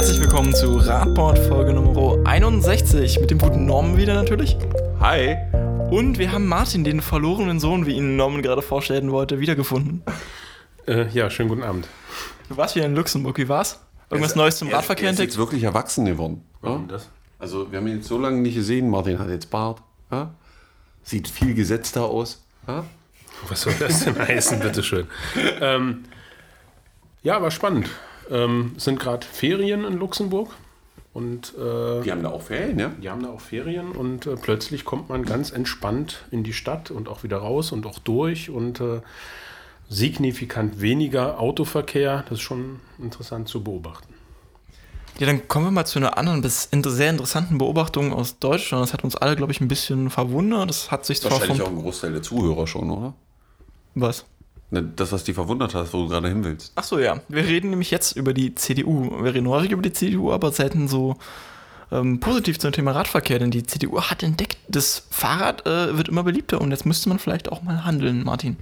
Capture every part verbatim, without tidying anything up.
Herzlich willkommen zu Radport Folge Nummer einundsechzig mit dem guten Norman wieder natürlich. Hi. Und wir haben Martin, den verlorenen Sohn, wie ihn Norman gerade vorstellen wollte, wiedergefunden. Äh, ja, schönen guten Abend. Du warst wieder in Luxemburg, wie war's? Irgendwas er, Neues zum er, Radverkehr entdeckt? Er ist jetzt wirklich erwachsen geworden. Warum ja? das? Also wir haben ihn jetzt so lange nicht gesehen. Martin hat jetzt Bart. Ja? Sieht viel gesetzter aus. Ja? Was soll das denn heißen, bitteschön? Ähm, ja, war spannend. Ähm, es sind gerade Ferien in Luxemburg. Und, äh, die haben da auch Ferien, ja? Die haben da auch Ferien und äh, plötzlich kommt man ganz entspannt in die Stadt und auch wieder raus und auch durch und äh, signifikant weniger Autoverkehr. Das ist schon interessant zu beobachten. Ja, dann kommen wir mal zu einer anderen, bis sehr interessanten Beobachtung aus Deutschland. Das hat uns alle, glaube ich, ein bisschen verwundert. Das hat sich zwar wahrscheinlich vom auch ein Großteil der Zuhörer schon, oder? Was? Das, was dich verwundert hat, wo du gerade hin willst. Ach so, ja. Wir reden nämlich jetzt über die C D U. Wir reden häufig über die C D U, aber selten so ähm, positiv zum Thema Radverkehr. Denn die C D U hat entdeckt, das Fahrrad äh, wird immer beliebter. Und jetzt müsste man vielleicht auch mal handeln, Martin.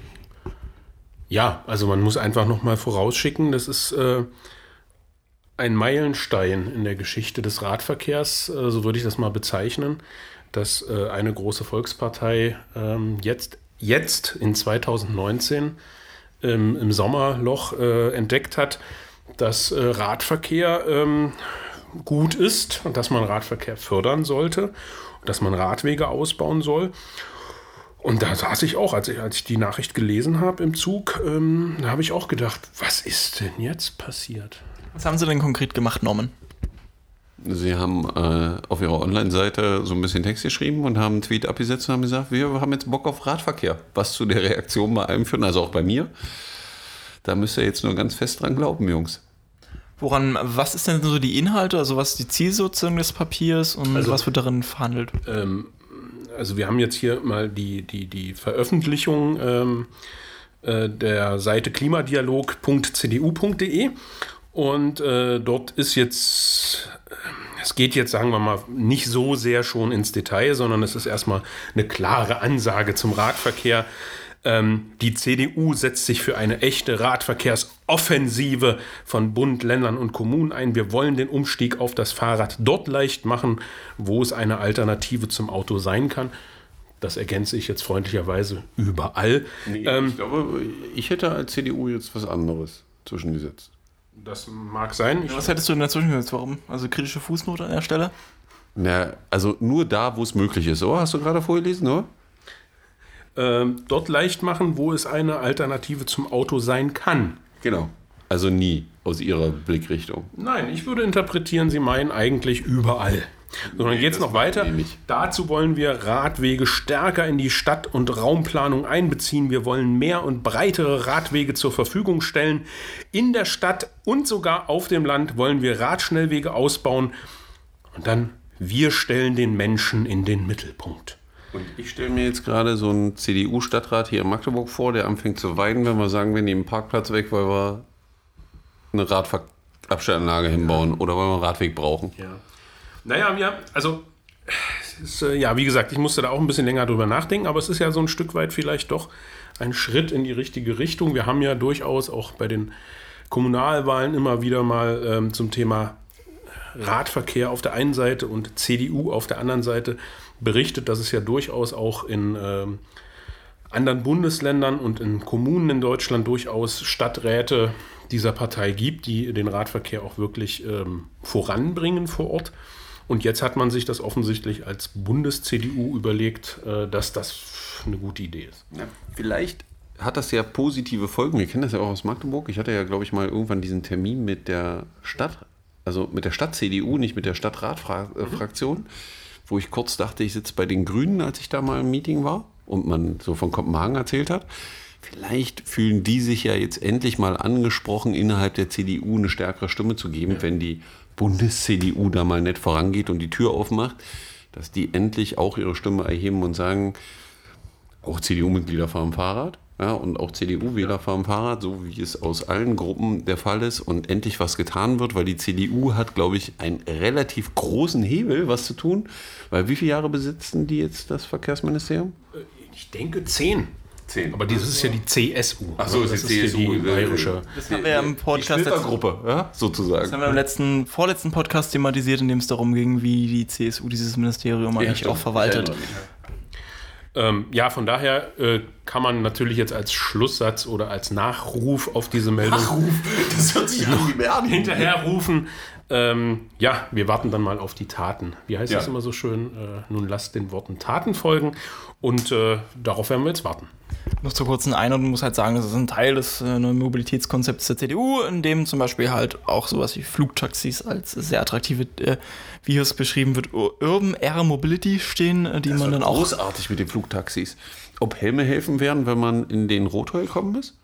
Ja, also man muss einfach noch mal vorausschicken, das ist äh, ein Meilenstein in der Geschichte des Radverkehrs, äh, so würde ich das mal bezeichnen, dass äh, eine große Volkspartei ähm, jetzt jetzt in zweitausendneunzehn ähm, im Sommerloch äh, entdeckt hat, dass äh, Radverkehr ähm, gut ist und dass man Radverkehr fördern sollte, dass man Radwege ausbauen soll. Und da saß ich auch, als ich, als ich die Nachricht gelesen habe im Zug, ähm, da habe ich auch gedacht, was ist denn jetzt passiert? Was haben Sie denn konkret gemacht, Norman? Sie haben äh, auf Ihrer Online-Seite so ein bisschen Text geschrieben und haben einen Tweet abgesetzt und haben gesagt, wir haben jetzt Bock auf Radverkehr. Was zu der Reaktion bei einem führt, also auch bei mir. Da müsst ihr jetzt nur ganz fest dran glauben, Jungs. Woran, was ist denn so die Inhalte, also was ist die Zielsetzung des Papiers und also, was wird darin verhandelt? Ähm, also wir haben jetzt hier mal die, die, die Veröffentlichung ähm, äh, der Seite klimadialog punkt c d u punkt d e. Und äh, dort ist jetzt, es geht jetzt, sagen wir mal, nicht so sehr schon ins Detail, sondern es ist erstmal eine klare Ansage zum Radverkehr. Ähm, die C D U setzt sich für eine echte Radverkehrsoffensive von Bund, Ländern und Kommunen ein. Wir wollen den Umstieg auf das Fahrrad dort leicht machen, wo es eine Alternative zum Auto sein kann. Das ergänze ich jetzt freundlicherweise überall. Nee, ähm, ich glaube, ich hätte als C D U jetzt was anderes zwischengesetzt. Das mag sein. Ja, was hättest du denn dazwischen gesetzt? Warum? Also kritische Fußnote an der Stelle? Na, also nur da, wo es möglich ist. So, hast du gerade vorgelesen, oder? Ähm, dort leicht machen, wo es eine Alternative zum Auto sein kann. Genau. Also nie aus ihrer Blickrichtung. Nein, ich würde interpretieren, Sie meinen eigentlich überall. Sondern Nee, geht es noch weiter. Dazu wollen wir Radwege stärker in die Stadt- und Raumplanung einbeziehen. Wir wollen mehr und breitere Radwege zur Verfügung stellen. In der Stadt und sogar auf dem Land wollen wir Radschnellwege ausbauen. Und dann, wir stellen den Menschen in den Mittelpunkt. Und ich stelle mir jetzt gerade so einen C D U-Stadtrat hier in Magdeburg vor, der anfängt zu weinen, wenn wir sagen, wir nehmen den Parkplatz weg, weil wir eine Radabstellanlage hinbauen oder weil wir einen Radweg brauchen. Ja. Naja, wir, also, ist, äh, ja, wie gesagt, ich musste da auch ein bisschen länger drüber nachdenken, aber es ist ja so ein Stück weit vielleicht doch ein Schritt in die richtige Richtung. Wir haben ja durchaus auch bei den Kommunalwahlen immer wieder mal ähm, zum Thema Radverkehr auf der einen Seite und C D U auf der anderen Seite berichtet, dass es ja durchaus auch in ähm, anderen Bundesländern und in Kommunen in Deutschland durchaus Stadträte dieser Partei gibt, die den Radverkehr auch wirklich ähm, voranbringen vor Ort. Und jetzt hat man sich das offensichtlich als Bundes-C D U überlegt, äh, dass das eine gute Idee ist. Ja, vielleicht hat das ja positive Folgen. Wir kennen das ja auch aus Magdeburg. Ich hatte ja, glaube ich, mal irgendwann diesen Termin mit der Stadt, also mit der Stadt-C D U, nicht mit der Stadtrat-Fraktion, mhm. wo ich kurz dachte, ich sitze bei den Grünen, als ich da mal im Meeting war und man so von Kopenhagen erzählt hat. Vielleicht fühlen die sich ja jetzt endlich mal angesprochen, innerhalb der C D U eine stärkere Stimme zu geben, ja. wenn die Bundes-C D U da mal nett vorangeht und die Tür aufmacht, dass die endlich auch ihre Stimme erheben und sagen, auch C D U-Mitglieder fahren Fahrrad, ja, und auch C D U-Wähler fahren Fahrrad, so wie es aus allen Gruppen der Fall ist und endlich was getan wird, weil die C D U hat, glaube ich, einen relativ großen Hebel, was zu tun, weil wie viele Jahre besitzen die jetzt das Verkehrsministerium? Ich denke zehn. zehn. Aber dieses ist ja die C S U. Ach so, das ist die ist C S U, die bayerische. Das haben wir ja im Podcast die Gruppe, ja, sozusagen. Das haben wir im letzten, vorletzten Podcast thematisiert, in dem es darum ging, wie die C S U dieses Ministerium eigentlich stimmt. auch verwaltet. Ähm, ja, von daher äh, kann man natürlich jetzt als Schlusssatz oder als Nachruf auf diese Meldung Das hört sich an wie Bernie. hinterherrufen. Ähm, ja, wir warten dann mal auf die Taten. Wie heißt Ja. das immer so schön? Äh, nun lasst den Worten Taten folgen. Und äh, darauf werden wir jetzt warten. Noch zur kurzen Einordnung muss halt sagen, das ist ein Teil des äh, neuen Mobilitätskonzepts der C D U, in dem zum Beispiel halt auch sowas wie Flugtaxis als sehr attraktive, äh, wie es beschrieben wird, Urban Air Mobility stehen, äh, die Das man war dann auch... großartig mit den Flugtaxis. Ob Helme helfen werden, wenn man in den Rotheu gekommen ist?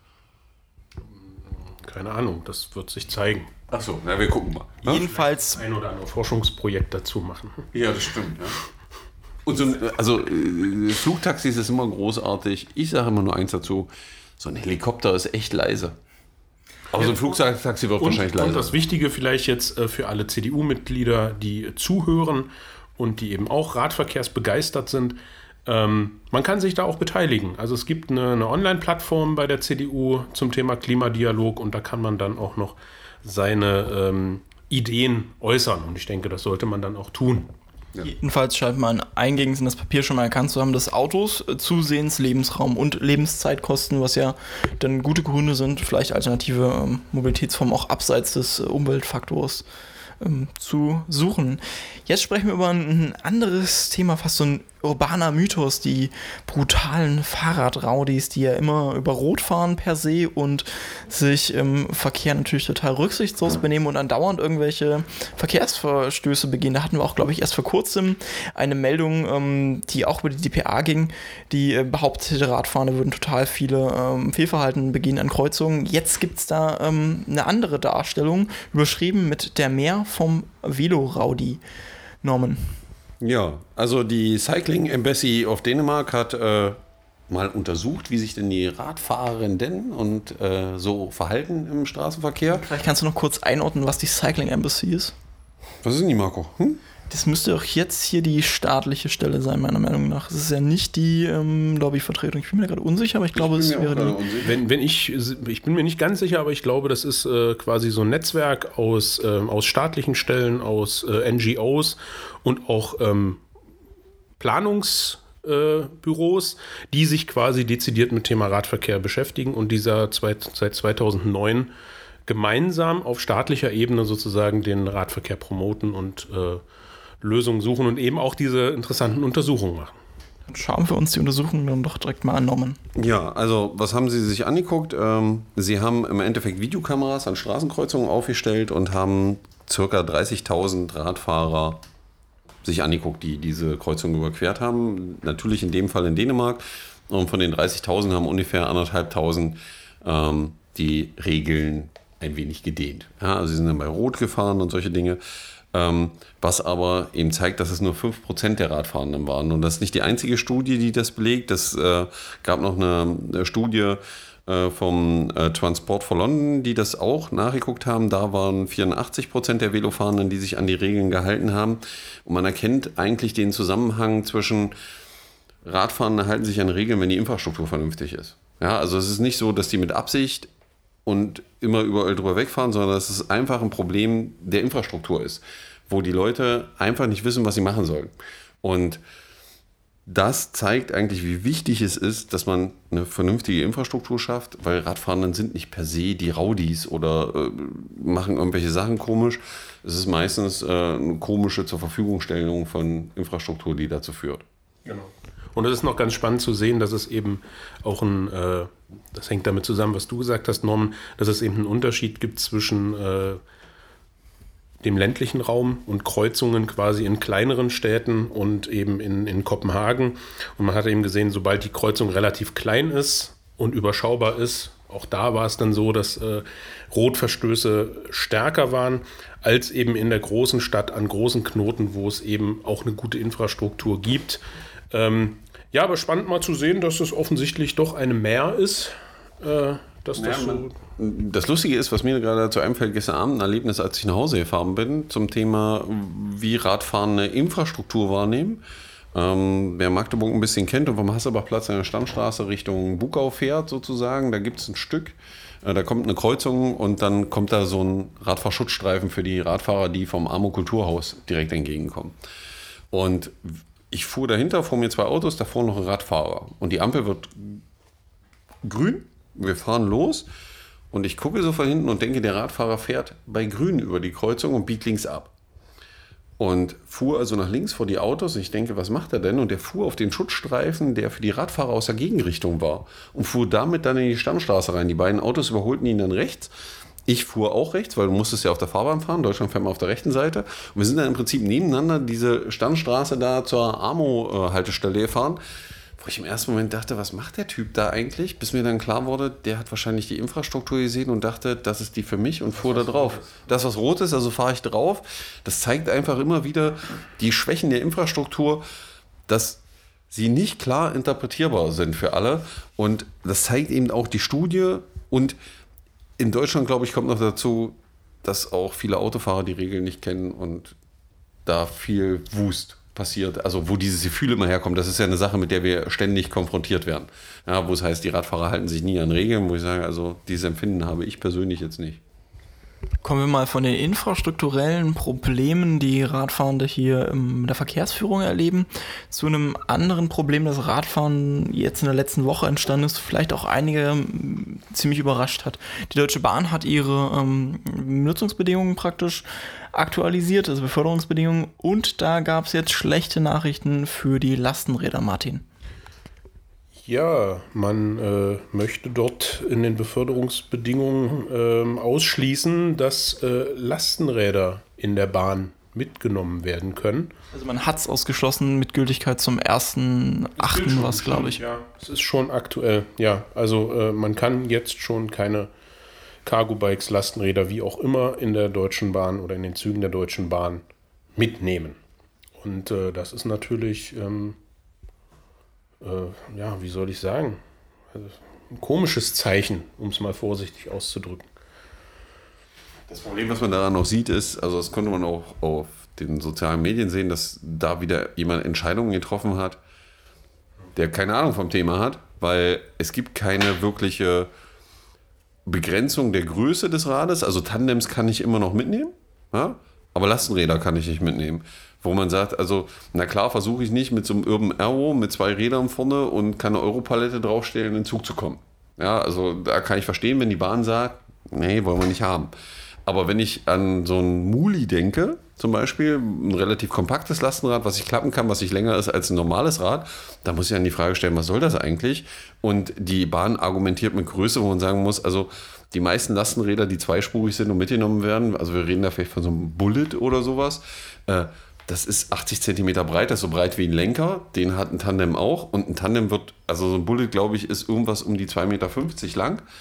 Keine Ahnung, das wird sich zeigen. Ach so, na, wir gucken mal. Ne? Jedenfalls Ein oder andere Forschungsprojekt dazu machen. Ja, das stimmt. Ja. Und so, ein- also äh, Flugtaxis ist immer großartig. Ich sage immer nur eins dazu: So ein Helikopter ist echt leise. Aber so ein Flugtaxi wird Und, wahrscheinlich und leiser. das Wichtige vielleicht jetzt äh, für alle C D U-Mitglieder, die zuhören und die eben auch radverkehrsbegeistert sind, ähm, man kann sich da auch beteiligen. Also es gibt eine, eine Online-Plattform bei der C D U zum Thema Klimadialog und da kann man dann auch noch seine ähm, Ideen äußern. Und ich denke, das sollte man dann auch tun. Jedenfalls scheint man eingängig in das Papier schon mal erkannt zu haben, dass Autos äh, zusehends Lebensraum und Lebenszeit kosten, was ja dann gute Gründe sind, vielleicht alternative ähm, Mobilitätsformen auch abseits des äh, Umweltfaktors ähm, zu suchen. Jetzt sprechen wir über ein anderes Thema, fast so ein urbaner Mythos, die brutalen Fahrradraudis, die ja immer über Rot fahren per se und sich im Verkehr natürlich total rücksichtslos benehmen und andauernd irgendwelche Verkehrsverstöße begehen. Da hatten wir auch, glaube ich, erst vor kurzem eine Meldung, ähm, die auch über die D P A ging, die äh, behauptete, Radfahrende würden total viele ähm, Fehlverhalten begehen an Kreuzungen. Jetzt gibt es da ähm, eine andere Darstellung, überschrieben mit der Mehr vom Velo-Raudi. Norman. Ja, also die Cycling Embassy of Dänemark hat äh, mal untersucht, wie sich denn die Radfahrerinnen und äh, so verhalten im Straßenverkehr. Vielleicht kannst du noch kurz einordnen, was die Cycling Embassy ist. Was ist denn die, Marco? Hm? Das müsste auch jetzt hier die staatliche Stelle sein, meiner Meinung nach. Es ist ja nicht die ähm, Lobbyvertretung. Ich bin mir gerade unsicher, aber ich glaube, es wäre die. Wenn, wenn ich, ich bin mir nicht ganz sicher, aber ich glaube, das ist äh, quasi so ein Netzwerk aus, äh, aus staatlichen Stellen, aus äh, N G Os und auch ähm, Planungsbüros, äh, die sich quasi dezidiert mit Thema Radverkehr beschäftigen und dieser zwei, seit zweitausendneun gemeinsam auf staatlicher Ebene sozusagen den Radverkehr promoten und äh, Lösungen suchen und eben auch diese interessanten Untersuchungen machen. Dann schauen wir uns die Untersuchung dann doch direkt mal an, Norman. Ja, also was haben Sie sich angeguckt? Ähm, Sie haben im Endeffekt Videokameras an Straßenkreuzungen aufgestellt und haben ca. dreißigtausend Radfahrer sich angeguckt, die diese Kreuzung überquert haben. Natürlich in dem Fall in Dänemark. Und von den dreißigtausend haben ungefähr anderthalbtausend ähm, die Regeln ein wenig gedehnt. Ja, also sie sind dann bei Rot gefahren und solche Dinge. Ähm, was aber eben zeigt, dass es nur fünf Prozent der Radfahrenden waren. Und das ist nicht die einzige Studie, die das belegt. Es äh, gab noch eine, eine Studie äh, vom äh, Transport for London, die das auch nachgeguckt haben. Da waren vierundachtzig Prozent der Velofahrenden, die sich an die Regeln gehalten haben. Und man erkennt eigentlich den Zusammenhang zwischen Radfahrende halten sich an Regeln, wenn die Infrastruktur vernünftig ist. Ja, also es ist nicht so, dass die mit Absicht und immer überall drüber wegfahren, sondern dass es einfach ein Problem der Infrastruktur ist, wo die Leute einfach nicht wissen, was sie machen sollen. Und das zeigt eigentlich, wie wichtig es ist, dass man eine vernünftige Infrastruktur schafft, weil Radfahrenden sind nicht per se die Raudis oder äh, machen irgendwelche Sachen komisch. Es ist meistens äh, eine komische Zur-Verfügung-Stellung von Infrastruktur, die dazu führt. Genau. Und es ist noch ganz spannend zu sehen, dass es eben auch ein, äh, das hängt damit zusammen, was du gesagt hast, Norman, dass es eben einen Unterschied gibt zwischen äh, dem ländlichen Raum und Kreuzungen quasi in kleineren Städten und eben in, in Kopenhagen. Und man hat eben gesehen, sobald die Kreuzung relativ klein ist und überschaubar ist, auch da war es dann so, dass äh, Rotverstöße stärker waren als eben in der großen Stadt an großen Knoten, wo es eben auch eine gute Infrastruktur gibt. Ähm, ja, aber spannend mal zu sehen, dass es offensichtlich doch eine Mehr ist. Äh, dass das, Ja, so das Lustige ist, was mir gerade dazu einfällt, gestern Abend ein Erlebnis, als ich nach Hause gefahren bin, zum Thema, wie Radfahrende Infrastruktur wahrnehmen, Ähm, wer Magdeburg ein bisschen kennt und vom Hasselbachplatz in der Stammstraße Richtung Bukau fährt sozusagen, da gibt es ein Stück, äh, da kommt eine Kreuzung und dann kommt da so ein Radfahrschutzstreifen für die Radfahrer, die vom Amo Kulturhaus direkt entgegenkommen. Und ich fuhr dahinter, vor mir zwei Autos, davor noch ein Radfahrer. Und die Ampel wird grün, wir fahren los und ich gucke so von hinten und denke, der Radfahrer fährt bei grün über die Kreuzung und biegt links ab. Und fuhr also nach links vor die Autos. Ich denke, was macht er denn? Und der fuhr auf den Schutzstreifen, der für die Radfahrer aus der Gegenrichtung war. Und fuhr damit dann in die Stammstraße rein. Die beiden Autos überholten ihn dann rechts. Ich fuhr auch rechts, weil du musstest ja auf der Fahrbahn fahren. In Deutschland fährt man auf der rechten Seite. Und wir sind dann im Prinzip nebeneinander diese Stammstraße da zur Amo-Haltestelle gefahren. Wo ich im ersten Moment dachte, was macht der Typ da eigentlich? Bis mir dann klar wurde, der hat wahrscheinlich die Infrastruktur gesehen und dachte, das ist die für mich und fuhr da drauf. Das, was rot ist, also fahre ich drauf. Das zeigt einfach immer wieder die Schwächen der Infrastruktur, dass sie nicht klar interpretierbar sind für alle. Und das zeigt eben auch die Studie. Und in Deutschland, glaube ich, kommt noch dazu, dass auch viele Autofahrer die Regeln nicht kennen und da viel Wust passiert, also wo dieses Gefühl immer herkommt, das ist ja eine Sache, mit der wir ständig konfrontiert werden. Ja, wo es heißt, die Radfahrer halten sich nie an Regeln, wo ich sage, also dieses Empfinden habe ich persönlich jetzt nicht. Kommen wir mal von den infrastrukturellen Problemen, die Radfahrende hier in der Verkehrsführung erleben, zu einem anderen Problem, das Radfahren jetzt in der letzten Woche entstanden ist, vielleicht auch einige ziemlich überrascht hat. Die Deutsche Bahn hat ihre ähm, Nutzungsbedingungen praktisch aktualisiert, also Beförderungsbedingungen, und da gab es jetzt schlechte Nachrichten für die Lastenräder, Martin. Ja, man äh, möchte dort in den Beförderungsbedingungen äh, ausschließen, dass äh, Lastenräder in der Bahn mitgenommen werden können. Also man hat es ausgeschlossen mit Gültigkeit zum ersten achten was, glaube ich. Ja, es ist schon aktuell. Ja, also äh, man kann jetzt schon keine Cargo-Bikes, Lastenräder, wie auch immer, in der Deutschen Bahn oder in den Zügen der Deutschen Bahn mitnehmen. Und äh, das ist natürlich, ähm, äh, ja, wie soll ich sagen, also ein komisches Zeichen, um es mal vorsichtig auszudrücken. Das Problem, was man daran noch sieht, ist, also das konnte man auch auf den sozialen Medien sehen, dass da wieder jemand Entscheidungen getroffen hat, der keine Ahnung vom Thema hat, weil es gibt keine wirkliche Begrenzung der Größe des Rades, also Tandems kann ich immer noch mitnehmen, ja? Aber Lastenräder kann ich nicht mitnehmen. Wo man sagt, also, na klar, versuche ich nicht mit so einem Urban Aero mit zwei Rädern vorne und kann eine Europalette draufstellen, in den Zug zu kommen. Ja, also da kann ich verstehen, wenn die Bahn sagt, nee, wollen wir nicht haben. Aber wenn ich an so ein Muli denke, zum Beispiel, ein relativ kompaktes Lastenrad, was ich klappen kann, was sich länger ist als ein normales Rad, da muss ich dann die Frage stellen, was soll das eigentlich? Und die Bahn argumentiert mit Größe, wo man sagen muss, also die meisten Lastenräder, die zweispurig sind und mitgenommen werden, also wir reden da vielleicht von so einem Bullet oder sowas, äh, das ist achtzig Zentimeter breit, das ist so breit wie ein Lenker, den hat ein Tandem auch und ein Tandem wird, also so ein Bullet, glaube ich, ist irgendwas um die zwei Komma fünfzig Meter lang.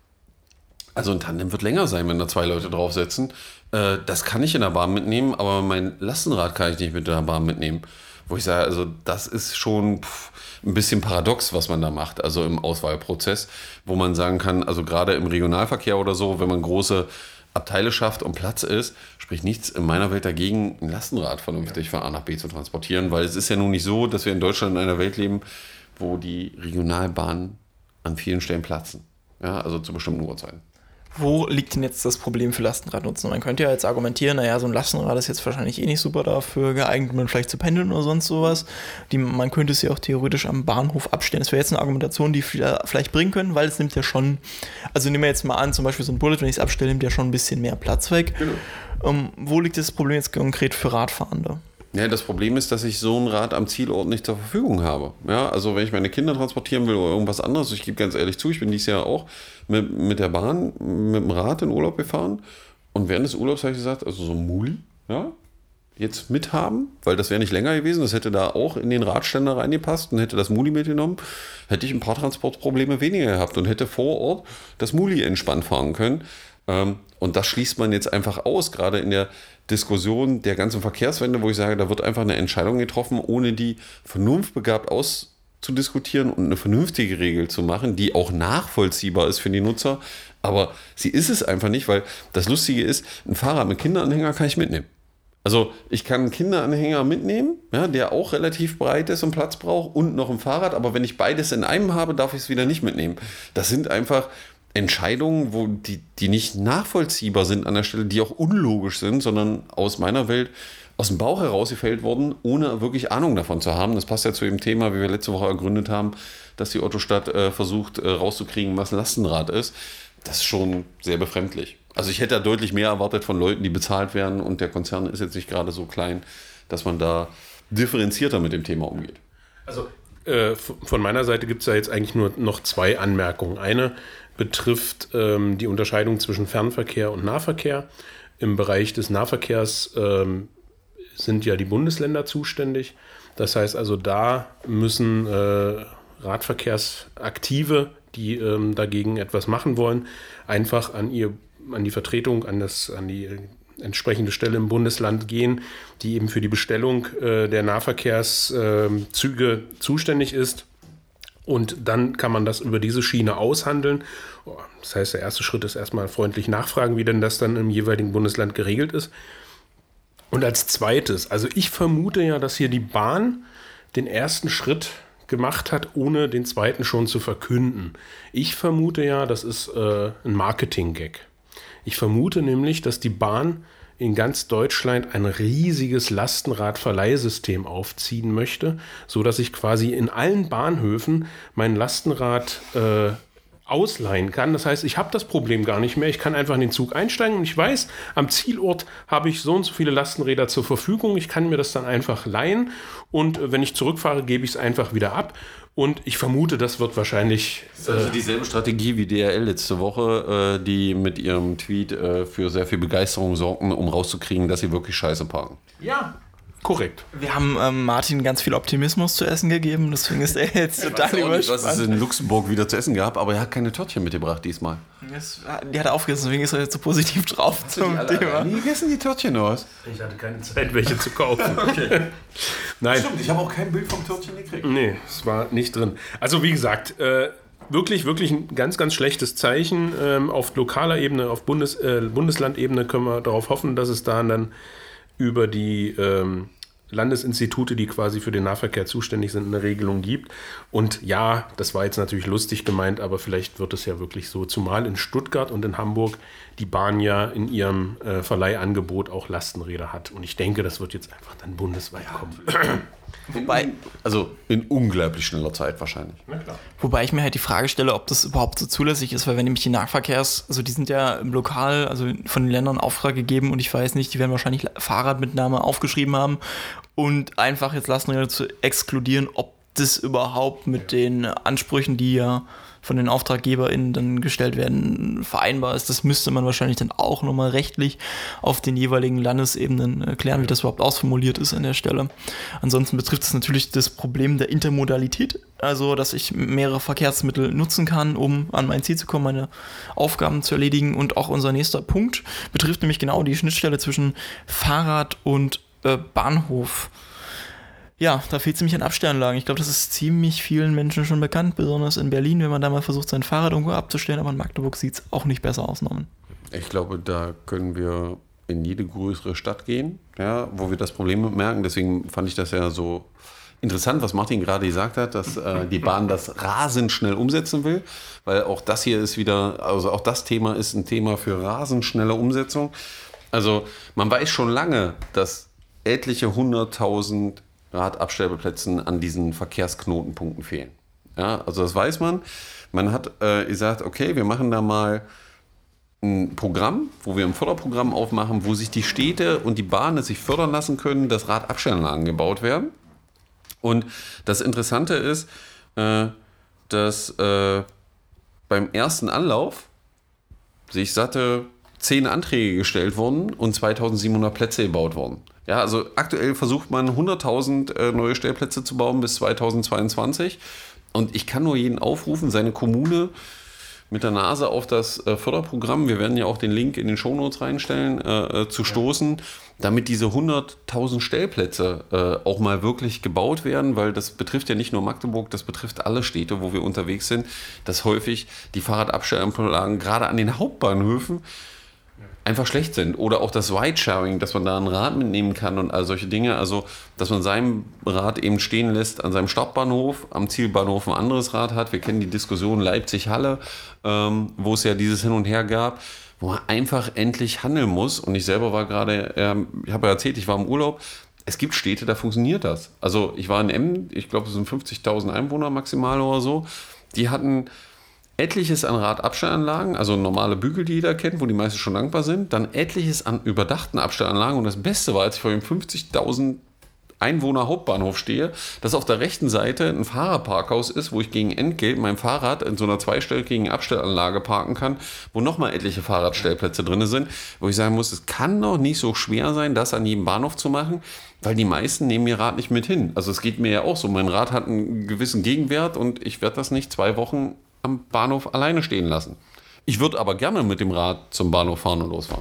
Also ein Tandem wird länger sein, wenn da zwei Leute draufsetzen. Äh, das kann ich in der Bahn mitnehmen, aber mein Lastenrad kann ich nicht mit der Bahn mitnehmen. Wo ich sage, also das ist schon pff, ein bisschen paradox, was man da macht, also im Auswahlprozess, wo man sagen kann, also gerade im Regionalverkehr oder so, wenn man große Abteile schafft und Platz ist, spricht nichts in meiner Welt dagegen, ein Lastenrad vernünftig von A nach B zu transportieren, weil es ist ja nun nicht so, dass wir in Deutschland in einer Welt leben, wo die Regionalbahnen an vielen Stellen platzen. Ja, also zu bestimmten Uhrzeiten. Wo liegt denn jetzt das Problem für Lastenradnutzen? Man könnte ja jetzt argumentieren, naja, so ein Lastenrad ist jetzt wahrscheinlich eh nicht super dafür geeignet, um vielleicht zu pendeln oder sonst sowas. Die, man könnte es ja auch theoretisch am Bahnhof abstellen. Das wäre jetzt eine Argumentation, die wir vielleicht bringen können, weil es nimmt ja schon, also nehmen wir jetzt mal an, zum Beispiel so ein Bullet, wenn ich es abstelle, nimmt ja schon ein bisschen mehr Platz weg. Genau. Ähm, wo liegt das Problem jetzt konkret für Radfahrende? Ja, das Problem ist, dass ich so ein Rad am Zielort nicht zur Verfügung habe. Ja, also wenn ich meine Kinder transportieren will oder irgendwas anderes, ich gebe ganz ehrlich zu, ich bin dieses Jahr auch mit, mit der Bahn, mit dem Rad in Urlaub gefahren und während des Urlaubs habe ich gesagt, also so ein Muli, ja, jetzt mithaben, weil das wäre nicht länger gewesen, das hätte da auch in den Radständer reingepasst und hätte das Muli mitgenommen, hätte ich ein paar Transportprobleme weniger gehabt und hätte vor Ort das Muli entspannt fahren können. Und das schließt man jetzt einfach aus, gerade in der Diskussion der ganzen Verkehrswende, wo ich sage, da wird einfach eine Entscheidung getroffen, ohne die vernunftbegabt auszudiskutieren und eine vernünftige Regel zu machen, die auch nachvollziehbar ist für die Nutzer. Aber sie ist es einfach nicht, weil das Lustige ist, ein Fahrrad mit Kinderanhänger kann ich mitnehmen. Also ich kann einen Kinderanhänger mitnehmen, ja, der auch relativ breit ist und Platz braucht und noch ein Fahrrad, aber wenn ich beides in einem habe, darf ich es wieder nicht mitnehmen. Das sind einfach Entscheidungen, wo die, die nicht nachvollziehbar sind an der Stelle, die auch unlogisch sind, sondern aus meiner Welt aus dem Bauch heraus gefällt worden, ohne wirklich Ahnung davon zu haben. Das passt ja zu dem Thema, wie wir letzte Woche ergründet haben, dass die Ottostadt äh, versucht äh, rauszukriegen, was ein Lastenrad ist. Das ist schon sehr befremdlich. Also ich hätte da deutlich mehr erwartet von Leuten, die bezahlt werden, und der Konzern ist jetzt nicht gerade so klein, dass man da differenzierter mit dem Thema umgeht. Also äh, von meiner Seite gibt es ja jetzt eigentlich nur noch zwei Anmerkungen. Eine betrifft ähm, die Unterscheidung zwischen Fernverkehr und Nahverkehr. Im Bereich des Nahverkehrs ähm, sind ja die Bundesländer zuständig. Das heißt also, da müssen äh, Radverkehrsaktive, die ähm, dagegen etwas machen wollen, einfach an ihr, an die Vertretung, an, das, an die entsprechende Stelle im Bundesland gehen, die eben für die Bestellung äh, der Nahverkehrszüge äh, zuständig ist. Und dann kann man das über diese Schiene aushandeln. Das heißt, der erste Schritt ist erstmal freundlich nachfragen, wie denn das dann im jeweiligen Bundesland geregelt ist. Und als zweites, also ich vermute ja, dass hier die Bahn den ersten Schritt gemacht hat, ohne den zweiten schon zu verkünden. Ich vermute ja, das ist äh, ein Marketing-Gag. Ich vermute nämlich, dass die Bahn in ganz Deutschland ein riesiges Lastenradverleihsystem aufziehen möchte, sodass ich quasi in allen Bahnhöfen mein Lastenrad äh, ausleihen kann. Das heißt, ich habe das Problem gar nicht mehr. Ich kann einfach in den Zug einsteigen und ich weiß, am Zielort habe ich so und so viele Lastenräder zur Verfügung. Ich kann mir das dann einfach leihen und wenn ich zurückfahre, gebe ich es einfach wieder ab. Und ich vermute, das wird wahrscheinlich... Das ist also dieselbe Strategie wie D H L letzte Woche, äh, die mit ihrem Tweet äh, für sehr viel Begeisterung sorgten, um rauszukriegen, dass sie wirklich scheiße parken. Ja, korrekt. Wir haben ähm, Martin ganz viel Optimismus zu essen gegeben, deswegen ist er jetzt total überspannt. Was es in Luxemburg wieder zu essen gab, aber er hat keine Törtchen mitgebracht diesmal. Das, die hat er aufgegessen, deswegen ist er jetzt so positiv drauf zum Thema. Wie gegessen die Törtchen aus? Ich hatte keine Zeit, welche zu kaufen. Okay. Nein. Stimmt, ich habe auch kein Bild vom Törtchen gekriegt. Nee, es war nicht drin. Also wie gesagt, äh, wirklich, wirklich ein ganz, ganz schlechtes Zeichen. Ähm, auf lokaler Ebene, auf Bundes, äh, Bundeslandebene können wir darauf hoffen, dass es da dann über die ähm, Landesinstitute, die quasi für den Nahverkehr zuständig sind, eine Regelung gibt. Und ja, das war jetzt natürlich lustig gemeint, aber vielleicht wird es ja wirklich so, zumal in Stuttgart und in Hamburg die Bahn ja in ihrem äh, Verleihangebot auch Lastenräder hat. Und ich denke, das wird jetzt einfach dann bundesweit kommen. Wobei, also in unglaublich schneller Zeit wahrscheinlich. Na klar. Wobei ich mir halt die Frage stelle, ob das überhaupt so zulässig ist, weil wenn nämlich die Nahverkehrs, also die sind ja im Lokal, also von den Ländern Auftrag gegeben und ich weiß nicht, die werden wahrscheinlich Fahrradmitnahme aufgeschrieben haben und einfach jetzt Lastenräder zu exkludieren, ob das überhaupt mit den Ansprüchen, die ja von den AuftraggeberInnen dann gestellt werden, vereinbar ist. Das müsste man wahrscheinlich dann auch nochmal rechtlich auf den jeweiligen Landesebenen klären, wie das überhaupt ausformuliert ist an der Stelle. Ansonsten betrifft es natürlich das Problem der Intermodalität, also dass ich mehrere Verkehrsmittel nutzen kann, um an mein Ziel zu kommen, meine Aufgaben zu erledigen. Und auch unser nächster Punkt betrifft nämlich genau die Schnittstelle zwischen Fahrrad und äh, Bahnhof. Ja, da fehlt ziemlich an Abstellanlagen. Ich glaube, das ist ziemlich vielen Menschen schon bekannt, besonders in Berlin, wenn man da mal versucht, sein Fahrrad irgendwo abzustellen. Aber in Magdeburg sieht es auch nicht besser aus, Norman. Ich glaube, da können wir in jede größere Stadt gehen, ja, wo wir das Problem merken. Deswegen fand ich das ja so interessant, was Martin gerade gesagt hat, dass äh, die Bahn das rasend schnell umsetzen will. Weil auch das hier ist wieder, also auch das Thema ist ein Thema für rasend schnelle Umsetzung. Also man weiß schon lange, dass etliche hunderttausend Radabstellplätzen an diesen Verkehrsknotenpunkten fehlen. Ja, also das weiß man. Man hat äh, gesagt, okay, wir machen da mal ein Programm, wo wir ein Förderprogramm aufmachen, wo sich die Städte und die Bahnen sich fördern lassen können, dass Radabstellanlagen gebaut werden. Und das Interessante ist, äh, dass äh, beim ersten Anlauf sich satte zehn Anträge gestellt wurden und zweitausendsiebenhundert Plätze gebaut wurden. Ja, also aktuell versucht man hunderttausend äh, neue Stellplätze zu bauen bis zweitausendzweiundzwanzig. Und ich kann nur jeden aufrufen, seine Kommune mit der Nase auf das äh, Förderprogramm, wir werden ja auch den Link in den Shownotes reinstellen, äh, äh, zu stoßen, damit diese hunderttausend Stellplätze äh, auch mal wirklich gebaut werden, weil das betrifft ja nicht nur Magdeburg, das betrifft alle Städte, wo wir unterwegs sind, dass häufig die Fahrradabstellanlagen gerade an den Hauptbahnhöfen einfach schlecht sind. Oder auch das Ridesharing, dass man da ein Rad mitnehmen kann und all solche Dinge. Also, dass man sein Rad eben stehen lässt an seinem Startbahnhof, am Zielbahnhof ein anderes Rad hat. Wir kennen die Diskussion Leipzig-Halle, ähm, wo es ja dieses Hin und Her gab, wo man einfach endlich handeln muss. Und ich selber war gerade, ähm, ich habe ja erzählt, ich war im Urlaub. Es gibt Städte, da funktioniert das. Also ich war in Emmen, ich glaube, es sind fünfzigtausend Einwohner maximal oder so. Die hatten etliches an Radabstellanlagen, also normale Bügel, die jeder kennt, wo die meisten schon dankbar sind. Dann etliches an überdachten Abstellanlagen. Und das Beste war, als ich vor dem fünfzigtausend Einwohner Hauptbahnhof stehe, dass auf der rechten Seite ein Fahrerparkhaus ist, wo ich gegen Entgelt mein Fahrrad in so einer zweistöckigen Abstellanlage parken kann, wo nochmal etliche Fahrradstellplätze drin sind, wo ich sagen muss, es kann doch nicht so schwer sein, das an jedem Bahnhof zu machen, weil die meisten nehmen ihr Rad nicht mit hin. Also es geht mir ja auch so, mein Rad hat einen gewissen Gegenwert und ich werde das nicht zwei Wochen am Bahnhof alleine stehen lassen. Ich würde aber gerne mit dem Rad zum Bahnhof fahren und losfahren.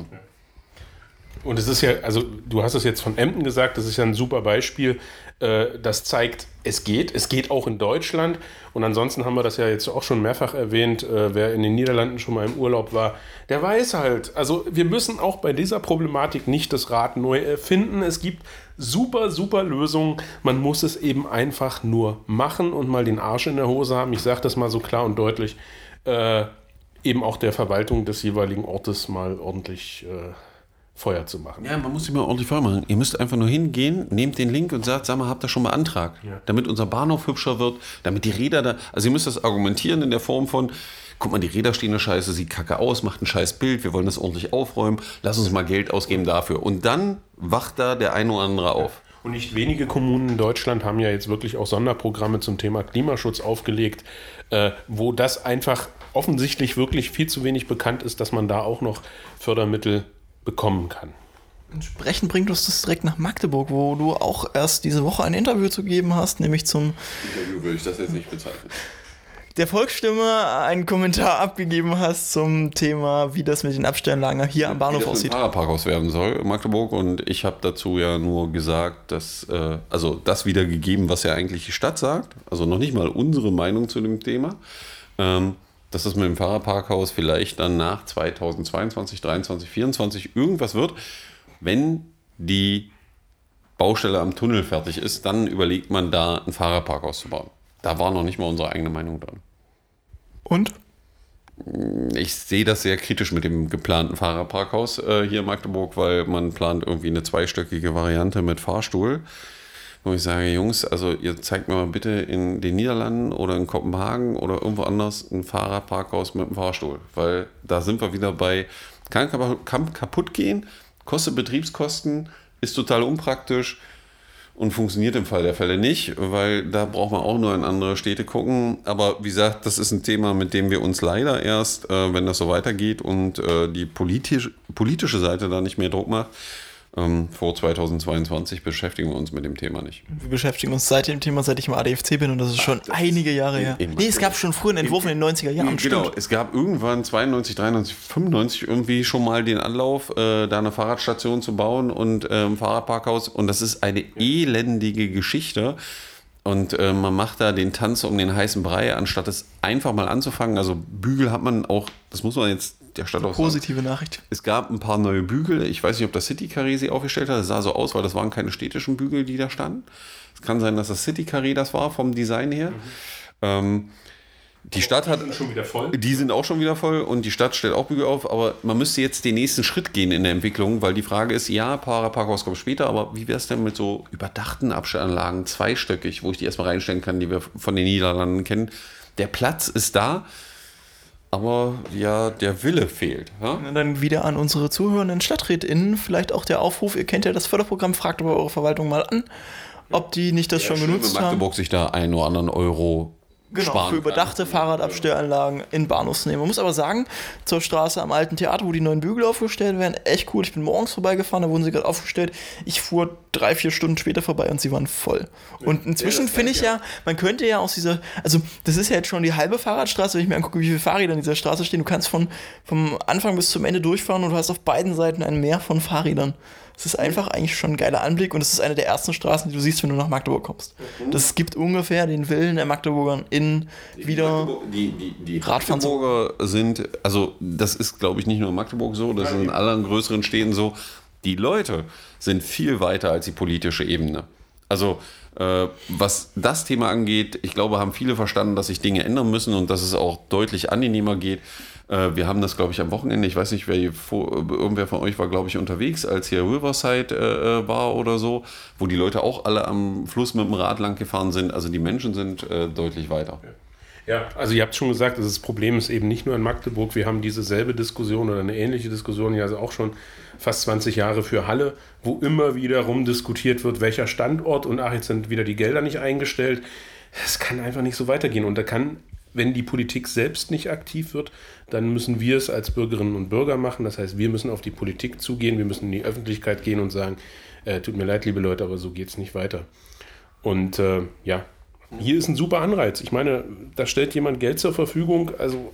Und es ist ja, also du hast es jetzt von Emden gesagt, das ist ja ein super Beispiel, äh, das zeigt, es geht, es geht auch in Deutschland und ansonsten haben wir das ja jetzt auch schon mehrfach erwähnt, äh, wer in den Niederlanden schon mal im Urlaub war, der weiß halt, also wir müssen auch bei dieser Problematik nicht das Rad neu erfinden, es gibt super, super Lösungen, man muss es eben einfach nur machen und mal den Arsch in der Hose haben, ich sage das mal so klar und deutlich, äh, eben auch der Verwaltung des jeweiligen Ortes mal ordentlich äh, Feuer zu machen. Ja, man muss sich mal ordentlich Feuer machen. Ihr müsst einfach nur hingehen, nehmt den Link und sagt, sag mal, habt ihr schon beantragt? Ja. Damit unser Bahnhof hübscher wird, damit die Räder da, also ihr müsst das argumentieren in der Form von, guck mal, die Räder stehen da scheiße, sieht kacke aus, macht ein scheiß Bild, wir wollen das ordentlich aufräumen, lass uns mal Geld ausgeben dafür. Und dann wacht da der eine oder andere auf. Und nicht wenige Kommunen in Deutschland haben ja jetzt wirklich auch Sonderprogramme zum Thema Klimaschutz aufgelegt, äh, wo das einfach offensichtlich wirklich viel zu wenig bekannt ist, dass man da auch noch Fördermittel bekommen kann. Entsprechend bringt uns das direkt nach Magdeburg, wo du auch erst diese Woche ein Interview zu geben hast, nämlich zum Interview würde ich das jetzt nicht bezeichnen. Der Volksstimme einen Kommentar abgegeben hast zum Thema, wie das mit den Abstellanlagen hier am Bahnhof wie das aussieht. Ein Fahrerparkhaus werden soll in Magdeburg und ich habe dazu ja nur gesagt, dass, äh, also das wiedergegeben, was ja eigentlich die Stadt sagt, also noch nicht mal unsere Meinung zu dem Thema, ähm, dass das mit dem Fahrerparkhaus vielleicht dann nach zweitausendzweiundzwanzig, dreiundzwanzig, vierundzwanzig irgendwas wird. Wenn die Baustelle am Tunnel fertig ist, dann überlegt man da ein Fahrerparkhaus zu bauen. Da war noch nicht mal unsere eigene Meinung dran. Und? Ich sehe das sehr kritisch mit dem geplanten Fahrerparkhaus äh, hier in Magdeburg, weil man plant irgendwie eine zweistöckige Variante mit Fahrstuhl. Wo ich sage, Jungs, also ihr zeigt mir mal bitte in den Niederlanden oder in Kopenhagen oder irgendwo anders ein Fahrerparkhaus mit einem Fahrstuhl. Weil da sind wir wieder bei, kann, kann kaputt gehen, kostet Betriebskosten, ist total unpraktisch und funktioniert im Fall der Fälle nicht, weil da braucht man auch nur in andere Städte gucken. Aber wie gesagt, das ist ein Thema, mit dem wir uns leider erst, äh, wenn das so weitergeht und äh, die politisch, politische Seite da nicht mehr Druck macht, Ähm, vor zweitausendzweiundzwanzig beschäftigen wir uns mit dem Thema nicht. Wir beschäftigen uns seit dem Thema, seit ich im A D F C bin und das ist schon das einige Jahre her. Nee, es gab schon früher einen Entwurf in, in den neunziger Jahren. Genau, stimmt. Es gab irgendwann zweiundneunzig, dreiundneunzig, fünfundneunzig irgendwie schon mal den Anlauf, äh, da eine Fahrradstation zu bauen und äh, ein Fahrradparkhaus und das ist eine elendige Geschichte. Und äh, man macht da den Tanz um den heißen Brei, anstatt es einfach mal anzufangen. Also Bügel hat man auch, das muss man jetzt der Stadt auch Positive sagen. Nachricht. Es gab ein paar neue Bügel. Ich weiß nicht, ob das City Carré sie aufgestellt hat. Das sah so aus, weil das waren keine städtischen Bügel, die da standen. Es kann sein, dass das City Carré das war vom Design her. Mhm. Ähm, die Stadt hat, die sind schon wieder voll. Die sind auch schon wieder voll und die Stadt stellt auch Bügel auf, aber man müsste jetzt den nächsten Schritt gehen in der Entwicklung, weil die Frage ist, ja, Fahrerparkhaus kommt später, aber wie wäre es denn mit so überdachten Abstellanlagen, zweistöckig, wo ich die erstmal reinstellen kann, die wir von den Niederlanden kennen. Der Platz ist da, aber ja, der Wille fehlt. Ja? Und dann wieder an unsere zuhörenden StadträtInnen vielleicht auch der Aufruf, ihr kennt ja das Förderprogramm, fragt aber eure Verwaltung mal an, ob die nicht das ja, schon schön, genutzt wenn Magdeburg haben. sich da einen oder anderen Euro Genau, sparen für überdachte kann. Fahrradabstellanlagen in Bahnhofsnähe. Man muss aber sagen, zur Straße am Alten Theater, wo die neuen Bügel aufgestellt werden, echt cool. Ich bin morgens vorbeigefahren, da wurden sie gerade aufgestellt. Ich fuhr drei, vier Stunden später vorbei und sie waren voll. Und inzwischen ja, finde ich ja, man könnte ja aus dieser, also das ist ja jetzt schon die halbe Fahrradstraße, wenn ich mir angucke, wie viele Fahrräder in dieser Straße stehen. Du kannst von, vom Anfang bis zum Ende durchfahren und du hast auf beiden Seiten ein Meer von Fahrrädern. Es ist einfach eigentlich schon ein geiler Anblick und es ist eine der ersten Straßen, die du siehst, wenn du nach Magdeburg kommst. Das gibt ungefähr den Willen der Magdeburger in wieder die, die, die Radfahren. Magdeburger sind, also das ist glaube ich nicht nur in Magdeburg so, das ist in allen größeren Städten so, die Leute sind viel weiter als die politische Ebene. Also äh, was das Thema angeht, ich glaube, haben viele verstanden, dass sich Dinge ändern müssen und dass es auch deutlich angenehmer geht. Äh, wir haben das, glaube ich, am Wochenende, ich weiß nicht, wer hier vor, irgendwer von euch war, glaube ich, unterwegs, als hier Riverside äh, war oder so, wo die Leute auch alle am Fluss mit dem Rad lang gefahren sind. Also die Menschen sind äh, deutlich weiter. Ja, also ihr habt schon gesagt, das Problem ist eben nicht nur in Magdeburg. Wir haben diese selbe Diskussion oder eine ähnliche Diskussion ja also auch schon fast zwanzig Jahre für Halle, wo immer wieder rumdiskutiert wird, welcher Standort und ach, jetzt sind wieder die Gelder nicht eingestellt. Es kann einfach nicht so weitergehen und da kann, wenn die Politik selbst nicht aktiv wird, dann müssen wir es als Bürgerinnen und Bürger machen. Das heißt, wir müssen auf die Politik zugehen, wir müssen in die Öffentlichkeit gehen und sagen, äh, tut mir leid, liebe Leute, aber so geht es nicht weiter. Und äh, ja, hier ist ein super Anreiz. Ich meine, da stellt jemand Geld zur Verfügung, also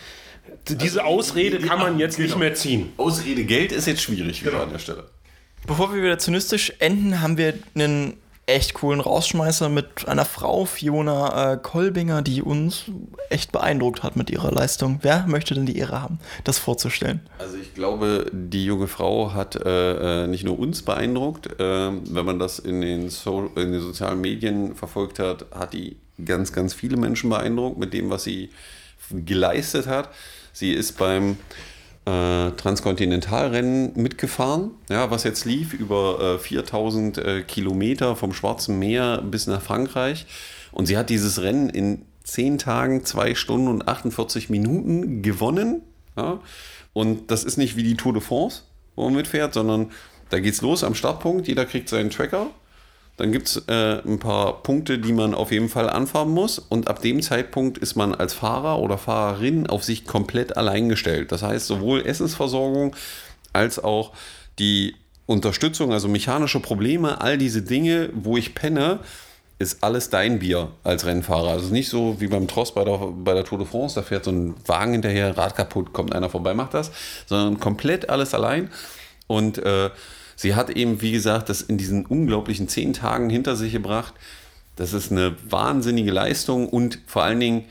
diese also, Ausrede die, die, kann man jetzt genau. nicht mehr ziehen. Ausrede Geld ist jetzt schwierig wieder genau. an der Stelle. Bevor wir wieder zynistisch enden, haben wir einen echt coolen Rausschmeißer mit einer Frau, Fiona äh, Kolbinger, die uns echt beeindruckt hat mit ihrer Leistung. Wer möchte denn die Ehre haben, das vorzustellen? Also ich glaube, die junge Frau hat äh, nicht nur uns beeindruckt, äh, wenn man das in den, so- in den sozialen Medien verfolgt hat, hat die ganz, ganz viele Menschen beeindruckt mit dem, was sie geleistet hat. Sie ist beim äh, Transkontinentalrennen mitgefahren, ja, was jetzt lief über äh, viertausend äh, Kilometer vom Schwarzen Meer bis nach Frankreich. Und sie hat dieses Rennen in zehn Tagen, zwei Stunden und achtundvierzig Minuten gewonnen. Ja. Und das ist nicht wie die Tour de France, wo man mitfährt, sondern da geht's los am Startpunkt. Jeder kriegt seinen Tracker. Dann gibt es äh, ein paar Punkte, die man auf jeden Fall anfahren muss. Und ab dem Zeitpunkt ist man als Fahrer oder Fahrerin auf sich komplett allein gestellt. Das heißt, sowohl Essensversorgung als auch die Unterstützung, also mechanische Probleme, all diese Dinge, wo ich penne, ist alles dein Bier als Rennfahrer. Also nicht so wie beim Tross bei der, bei der Tour de France, da fährt so ein Wagen hinterher, Rad kaputt, kommt einer vorbei, macht das, sondern komplett alles allein. Und äh, sie hat eben, wie gesagt, das in diesen unglaublichen zehn Tagen hinter sich gebracht. Das ist eine wahnsinnige Leistung und vor allen Dingen,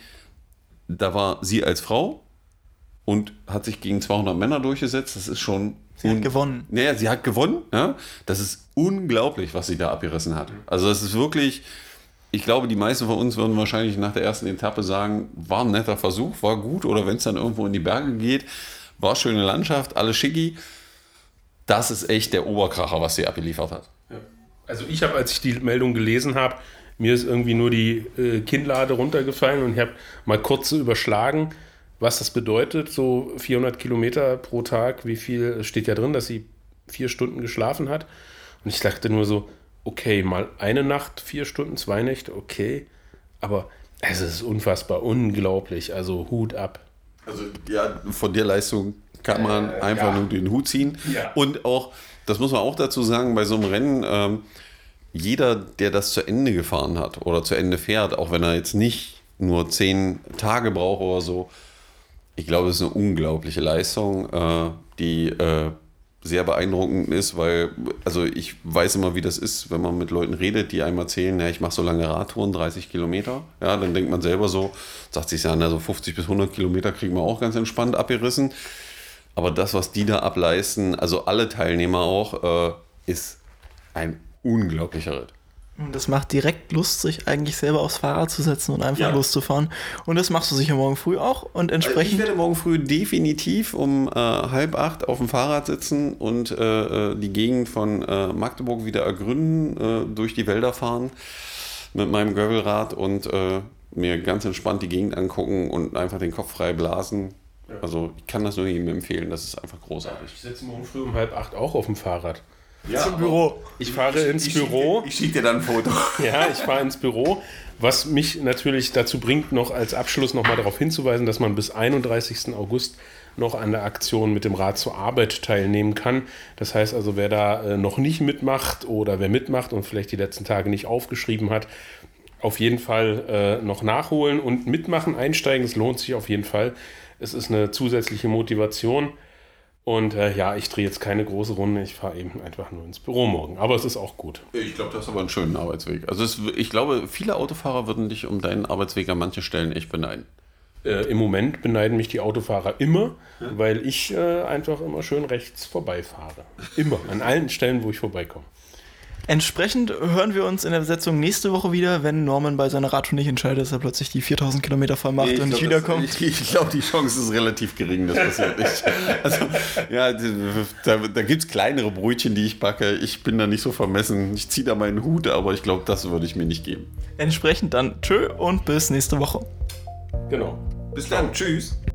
da war sie als Frau und hat sich gegen zweihundert Männer durchgesetzt. Das ist schon... Sie un- hat gewonnen. Naja, sie hat gewonnen. Ja? Das ist unglaublich, was sie da abgerissen hat. Also das ist wirklich... Ich glaube, die meisten von uns würden wahrscheinlich nach der ersten Etappe sagen, war ein netter Versuch, war gut. Oder wenn es dann irgendwo in die Berge geht, war schöne Landschaft, alles schicki. Das ist echt der Oberkracher, was sie abgeliefert hat. Ja. Also ich habe, als ich die Meldung gelesen habe, mir ist irgendwie nur die äh, Kinnlade runtergefallen und ich habe mal kurz so überschlagen, was das bedeutet, so vierhundert Kilometer pro Tag, wie viel steht ja drin, dass sie vier Stunden geschlafen hat. Und ich dachte nur so, okay, mal eine Nacht, vier Stunden, zwei Nächte, okay. Aber es ist unfassbar, unglaublich, also Hut ab. Also ja, von der Leistung kann man äh, einfach ja. nur den Hut ziehen. Ja. Und auch, das muss man auch dazu sagen, bei so einem Rennen, ähm, jeder, der das zu Ende gefahren hat oder zu Ende fährt, auch wenn er jetzt nicht nur zehn Tage braucht oder so, ich glaube, es ist eine unglaubliche Leistung, äh, die äh, sehr beeindruckend ist, weil, also ich weiß immer, wie das ist, wenn man mit Leuten redet, die einem erzählen, ja, ich mache so lange Radtouren, dreißig Kilometer, ja, dann denkt man selber so, sagt sich ja, na, so fünfzig bis hundert Kilometer kriegen wir auch ganz entspannt abgerissen. Aber das, was die da ableisten, also alle Teilnehmer auch, äh, ist ein unglaublicher Ritt. Das macht direkt Lust, sich eigentlich selber aufs Fahrrad zu setzen und einfach ja. loszufahren. Und das machst du sicher morgen früh auch. Und entsprechend. Also ich werde morgen früh definitiv um äh, halb acht auf dem Fahrrad sitzen und äh, die Gegend von äh, Magdeburg wieder ergründen, äh, durch die Wälder fahren mit meinem Gravelrad und äh, mir ganz entspannt die Gegend angucken und einfach den Kopf frei blasen. Ja. Also ich kann das nur jedem empfehlen, das ist einfach großartig. Ich sitze morgen früh um halb acht auch auf dem Fahrrad. Ja, zum Büro. Ich fahre ins ich, Büro. Ich schicke dir dann ein Foto. Ja, ich fahre ins Büro, was mich natürlich dazu bringt, noch als Abschluss nochmal darauf hinzuweisen, dass man bis einunddreißigsten August noch an der Aktion mit dem Rad zur Arbeit teilnehmen kann. Das heißt also, wer da äh, noch nicht mitmacht oder wer mitmacht und vielleicht die letzten Tage nicht aufgeschrieben hat, auf jeden Fall äh, noch nachholen und mitmachen, einsteigen. Es lohnt sich auf jeden Fall. Es ist eine zusätzliche Motivation. Und äh, ja, ich drehe jetzt keine große Runde, ich fahre eben einfach nur ins Büro morgen. Aber es ist auch gut. Ich glaube, das ist aber einen schönen Arbeitsweg. Also es, ich glaube, viele Autofahrer würden dich um deinen Arbeitsweg an manchen Stellen echt beneiden. Äh, Im Moment beneiden mich die Autofahrer immer, ja. weil ich äh, einfach immer schön rechts vorbeifahre. Immer, an allen Stellen, wo ich vorbeikomme. Entsprechend hören wir uns in der Besetzung nächste Woche wieder, wenn Norman bei seiner Radtour nicht entscheidet, dass er plötzlich die viertausend Kilometer voll macht nee, und nicht wiederkommt. Das, ich ich glaube, die Chance ist relativ gering, das passiert nicht. Also, ja, da, da gibt es kleinere Brötchen, die ich backe. Ich bin da nicht so vermessen. Ich ziehe da meinen Hut, aber ich glaube, das würde ich mir nicht geben. Entsprechend dann tschö und bis nächste Woche. Genau. Bis dann. Tschüss.